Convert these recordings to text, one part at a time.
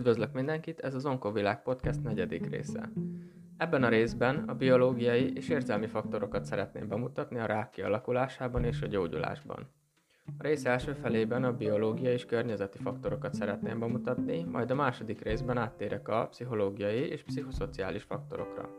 Üdvözlök mindenkit, ez az Onkovilág Podcast 4. része. Ebben a részben a biológiai és érzelmi faktorokat szeretném bemutatni a rák kialakulásában és a gyógyulásban. A rész első felében a biológiai és környezeti faktorokat szeretném bemutatni, majd a második részben áttérek a pszichológiai és pszichoszociális faktorokra.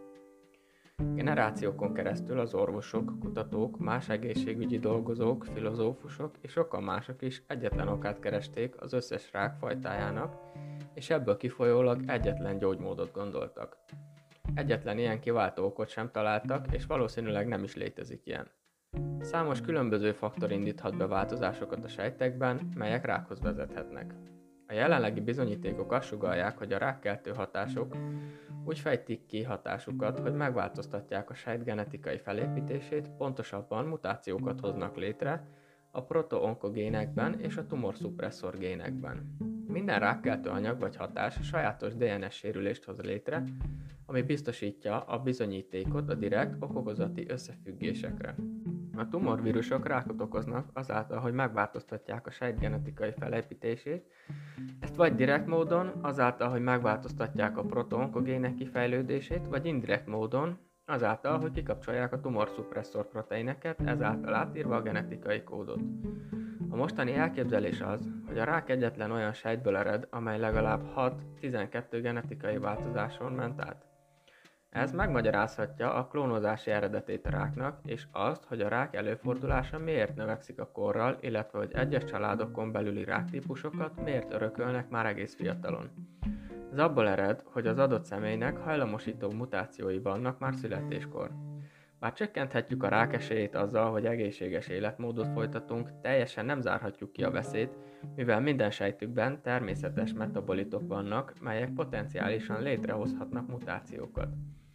Generációkon keresztül az orvosok, kutatók, más egészségügyi dolgozók, filozófusok és sokan mások is egyetlen okát keresték az összes rák fajtájának, és ebből kifolyólag egyetlen gyógymódot gondoltak. Egyetlen ilyen kiváltó okot sem találtak, és valószínűleg nem is létezik ilyen. Számos különböző faktor indíthat be változásokat a sejtekben, melyek rákhoz vezethetnek. A jelenlegi bizonyítékok azt sugallják, hogy a rákkeltő hatások úgy fejtik ki hatásukat, hogy megváltoztatják a sejt genetikai felépítését, pontosabban mutációkat hoznak létre a proto-onkogénekben és a tumorszupresszor génekben. Minden rákkeltő anyag vagy hatás sajátos DNS sérülést hoz létre, ami biztosítja a bizonyítékot a direkt okokozati összefüggésekre. A tumorvírusok rákot okoznak azáltal, hogy megváltoztatják a sejt genetikai felépítését, ezt vagy direkt módon, azáltal, hogy megváltoztatják a proto-onkogének kifejlődését, vagy indirekt módon, azáltal, hogy kikapcsolják a tumorszupresszor proteineket, ezáltal átírva a genetikai kódot. A mostani elképzelés az, hogy a rák egyetlen olyan sejtből ered, amely legalább 6-12 genetikai változáson ment át. Ez megmagyarázhatja a klónozási eredetét a ráknak, és azt, hogy a rák előfordulása miért növekszik a korral, illetve hogy egyes családokon belüli ráktípusokat miért örökölnek már egész fiatalon. Ez abból ered, hogy az adott személynek hajlamosító mutációi vannak már születéskor. Bár csökkenthetjük a rák esélyét azzal, hogy egészséges életmódot folytatunk, teljesen nem zárhatjuk ki a veszélyt, mivel minden sejtükben természetes metabolitok vannak, melyek potenciálisan létrehozhatnak mutációkat.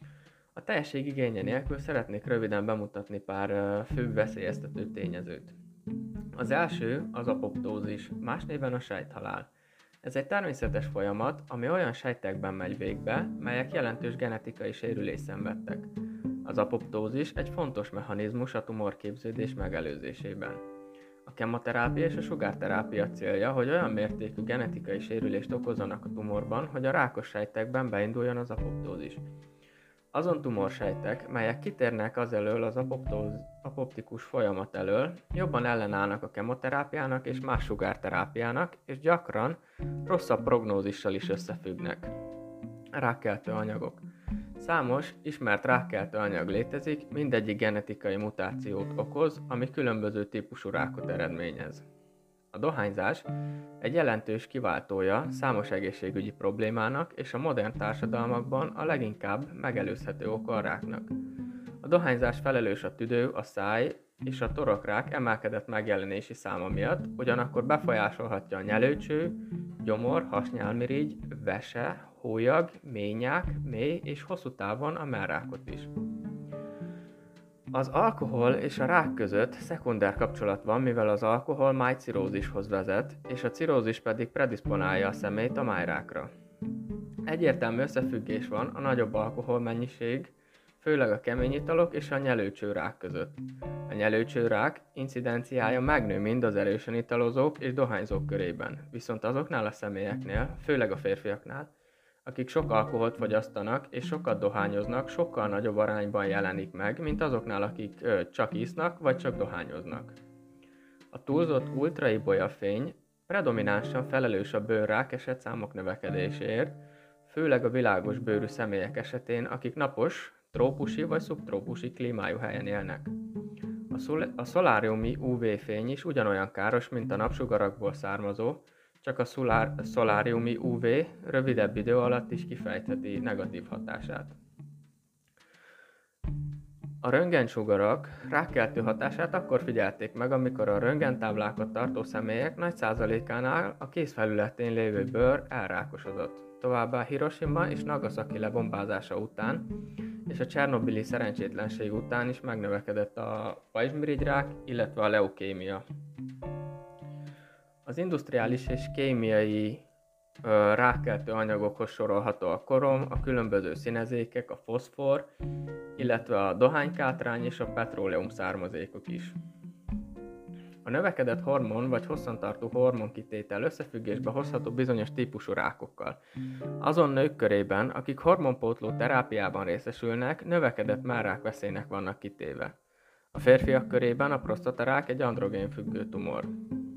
A teljesség igénye nélkül szeretnék röviden bemutatni pár fő veszélyeztető tényezőt. Az első az apoptózis, más néven a sejthalál. Ez egy természetes folyamat, ami olyan sejtekben megy végbe, melyek jelentős genetikai sérülést szenvedtek. Az apoptózis egy fontos mechanizmus a tumorképződés megelőzésében. A kemoterápia és a sugárterápia célja, hogy olyan mértékű genetikai sérülést okozzanak a tumorban, hogy a rákos sejtekben beinduljon az apoptózis. Azon tumorsejtek, melyek kitérnek az elől az apoptikus folyamat elől, jobban ellenállnak a kemoterápiának és más sugárterápiának, és gyakran rosszabb prognózissal is összefüggnek. Rákkeltő anyagok. Számos ismert rákkeltő anyag létezik, mindegyik genetikai mutációt okoz, ami különböző típusú rákot eredményez. A dohányzás egy jelentős kiváltója számos egészségügyi problémának, és a modern társadalmakban a leginkább megelőzhető oka a ráknak. A dohányzás felelős a tüdő, a száj és a torokrák emelkedett megjelenési száma miatt, ugyanakkor befolyásolhatja a nyelőcső, gyomor, hasnyálmirigy, vese, hólyag, ményák, mély és hosszú távon a mellrákot is. Az alkohol és a rák között szekunder kapcsolat van, mivel az alkohol májcirózishoz vezet, és a cirózis pedig predisponálja a személyt a májrákra. Egyértelmű összefüggés van a nagyobb alkoholmennyiség, főleg a kemény italok és a nyelőcsőrák között. A nyelőcsőrák incidenciája megnő mind az erősen italozók és dohányzók körében, viszont azoknál a személyeknél, főleg a férfiaknál, akik sok alkoholt fogyasztanak és sokat dohányoznak, sokkal nagyobb arányban jelenik meg, mint azoknál, akik csak isznak vagy csak dohányoznak. A túlzott ultraibolya fény predominánsan felelős a bőrrák esetszámok növekedéséért, főleg a világos bőrű személyek esetén, akik napos, trópusi vagy szubtrópusi klímájú helyen élnek. A szoláriumi UV-fény is ugyanolyan káros, mint a napsugarakból származó, csak a szoláriumi UV rövidebb idő alatt is kifejtheti negatív hatását. A röntgensugarak rákkeltő hatását akkor figyelték meg, amikor a röntgentáblákat tartó személyek nagy százalékánál a kézfelületén lévő bőr elrákosodott. Továbbá Hiroshima és Nagasaki lebombázása után és a csernobili szerencsétlenség után is megnövekedett a pajzsmirigyrák, illetve a leukémia. Az industriális és kémiai rákkeltő anyagokhoz sorolható a krom, a különböző színezékek, a foszfor, illetve a dohánykátrány és a petróleum származékok is. A növekedett hormon vagy hosszantartó hormonkitétel összefüggésbe hozható bizonyos típusú rákokkal. Azon nők körében, akik hormonpótló terápiában részesülnek, növekedett mellrák veszélynek vannak kitéve. A férfiak körében a prostatarák egy androgénfüggő tumor.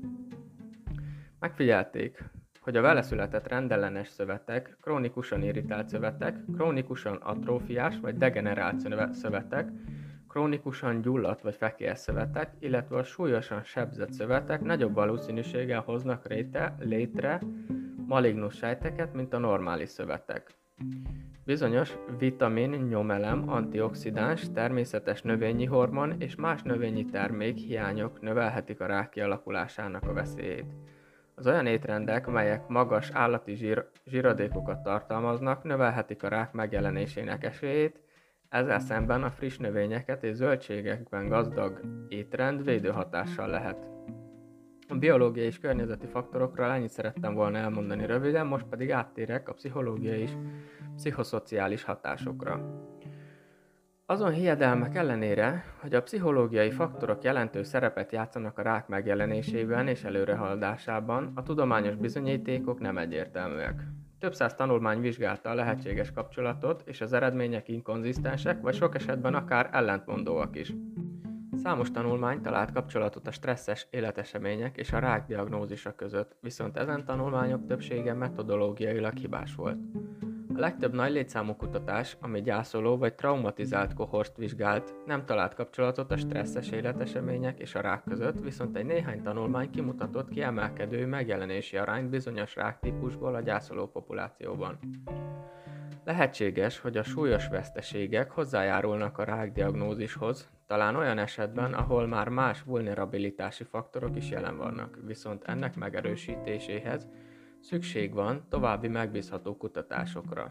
Megfigyelték, hogy a vele született rendellenes szövetek, krónikusan irritált szövetek, krónikusan atrófiás vagy degenerált szövetek, krónikusan gyulladt vagy fekélyes szövetek, illetve a súlyosan sebzett szövetek nagyobb valószínűséggel hoznak létre malignus sejteket, mint a normális szövetek. Bizonyos vitamin, nyomelem, antioxidáns, természetes növényi hormon és más növényi termék hiányok növelhetik a rák kialakulásának a veszélyét. Az olyan étrendek, melyek magas állati zsíradékokat tartalmaznak, növelhetik a rák megjelenésének esélyét, ezzel szemben a friss növényeket és zöldségekben gazdag étrend védőhatással lehet. A biológiai és környezeti faktorokról ennyit szerettem volna elmondani röviden, most pedig áttérek a pszichológiai és pszichoszociális hatásokra. Azon hiedelmek ellenére, hogy a pszichológiai faktorok jelentős szerepet játszanak a rák megjelenésében és előrehaladásában, a tudományos bizonyítékok nem egyértelműek. Több száz tanulmány vizsgálta a lehetséges kapcsolatot, és az eredmények inkonzisztensek, vagy sok esetben akár ellentmondóak is. Számos tanulmány talált kapcsolatot a stresszes életesemények és a rák diagnózisa között, viszont ezen tanulmányok többsége metodológiailag hibás volt. A legtöbb nagy létszámú kutatás, ami gyászoló vagy traumatizált kohort vizsgált, nem talált kapcsolatot a stresszes életesemények és a rák között, viszont egy néhány tanulmány kimutatott kiemelkedő megjelenési arányt bizonyos ráktípusból a gyászoló populációban. Lehetséges, hogy a súlyos veszteségek hozzájárulnak a rákdiagnózishoz, talán olyan esetben, ahol már más vulnerabilitási faktorok is jelen vannak, viszont ennek megerősítéséhez szükség van további megbízható kutatásokra.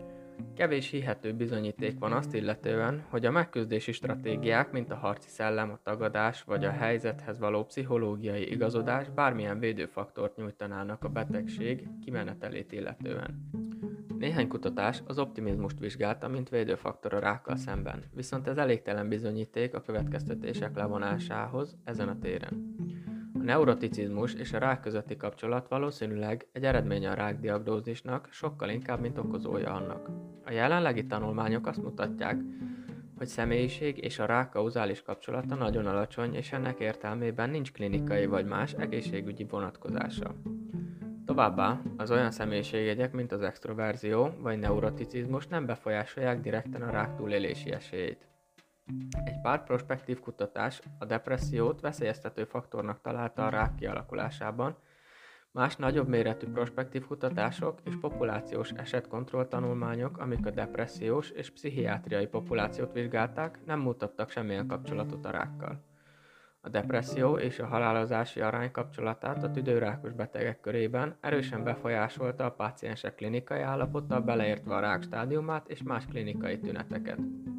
Kevés hihető bizonyíték van azt illetően, hogy a megküzdési stratégiák, mint a harci szellem, a tagadás vagy a helyzethez való pszichológiai igazodás bármilyen védőfaktort nyújtanának a betegség kimenetelét illetően. Néhány kutatás az optimizmust vizsgálta, mint védőfaktor a rákkal szemben, viszont ez elégtelen bizonyíték a következtetések levonásához ezen a téren. A neuroticizmus és a rák közötti kapcsolat valószínűleg egy eredménye a rákdiagnózisnak, sokkal inkább, mint okozója annak. A jelenlegi tanulmányok azt mutatják, hogy személyiség és a rák kauzális kapcsolata nagyon alacsony, és ennek értelmében nincs klinikai vagy más egészségügyi vonatkozása. Továbbá az olyan személyiségjegyek, mint az extroverzió vagy neuroticizmus nem befolyásolják direkten a rák túlélési esélyét. Egy pár prospektív kutatás a depressziót veszélyeztető faktornak találta a rák kialakulásában, más nagyobb méretű prospektív kutatások és populációs esetkontroll tanulmányok, amik a depressziós és pszichiátriai populációt vizsgálták, nem mutattak semmilyen kapcsolatot a rákkal. A depresszió és a halálozási arány kapcsolatát a tüdőrákos betegek körében erősen befolyásolta a páciensek klinikai állapota, beleértve a rák stádiumát és más klinikai tüneteket.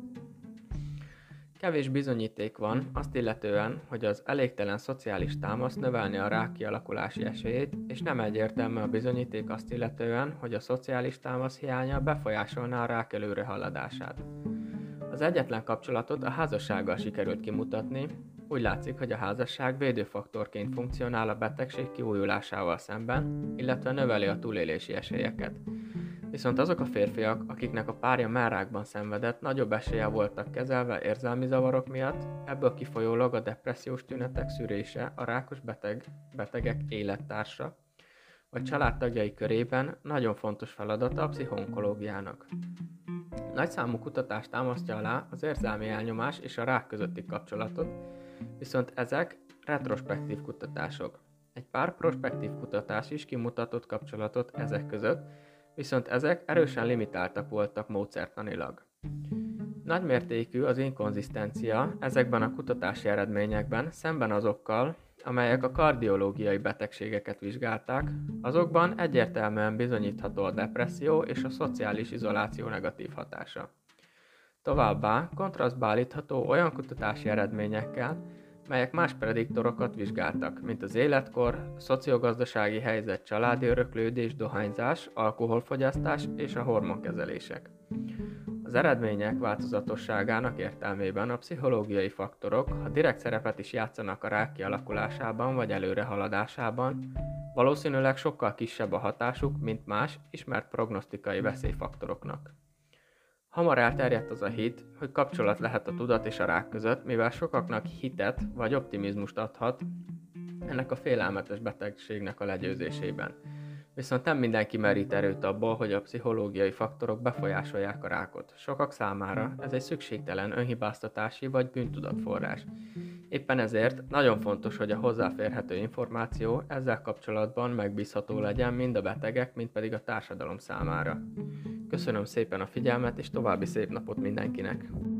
Kevés bizonyíték van azt illetően, hogy az elégtelen szociális támasz növelni a rák kialakulási esélyét, és nem egyértelmű a bizonyíték azt illetően, hogy a szociális támasz hiánya befolyásolná a rák előrehaladását. Az egyetlen kapcsolatot a házassággal sikerült kimutatni, úgy látszik, hogy a házasság védőfaktorként funkcionál a betegség kiújulásával szemben, illetve növeli a túlélési esélyeket. Viszont azok a férfiak, akiknek a párja mellrákban szenvedett, nagyobb eséllyel voltak kezelve érzelmi zavarok miatt, ebből kifolyólag a depressziós tünetek szűrése a rákos betegek élettársa vagy családtagjai körében nagyon fontos feladata a pszichonkológiának. Nagyszámú kutatás támasztja alá az érzelmi elnyomás és a rák közötti kapcsolatot, viszont ezek retrospektív kutatások. Egy pár prospektív kutatás is kimutatott kapcsolatot ezek között, viszont ezek erősen limitáltak voltak módszertanilag. Nagymértékű az inkonzisztencia ezekben a kutatási eredményekben szemben azokkal, amelyek a kardiológiai betegségeket vizsgálták, azokban egyértelműen bizonyítható a depresszió és a szociális izoláció negatív hatása. Továbbá kontrasztba állítható olyan kutatási eredményekkel, melyek más prediktorokat vizsgáltak, mint az életkor, a szociogazdasági helyzet, családi öröklődés, dohányzás, alkoholfogyasztás és a hormonkezelések. Az eredmények változatosságának értelmében a pszichológiai faktorok, ha direkt szerepet is játszanak a rák kialakulásában vagy előrehaladásában, valószínűleg sokkal kisebb a hatásuk, mint más ismert prognosztikai veszélyfaktoroknak. Hamar elterjedt az a hit, hogy kapcsolat lehet a tudat és a rák között, mivel sokaknak hitet vagy optimizmust adhat ennek a félelmetes betegségnek a legyőzésében. Viszont nem mindenki merít erőt abból, hogy a pszichológiai faktorok befolyásolják a rákot. Sokak számára ez egy szükségtelen önhibáztatási vagy bűntudatforrás. Éppen ezért nagyon fontos, hogy a hozzáférhető információ ezzel kapcsolatban megbízható legyen mind a betegek, mind pedig a társadalom számára. Köszönöm szépen a figyelmet, és további szép napot mindenkinek!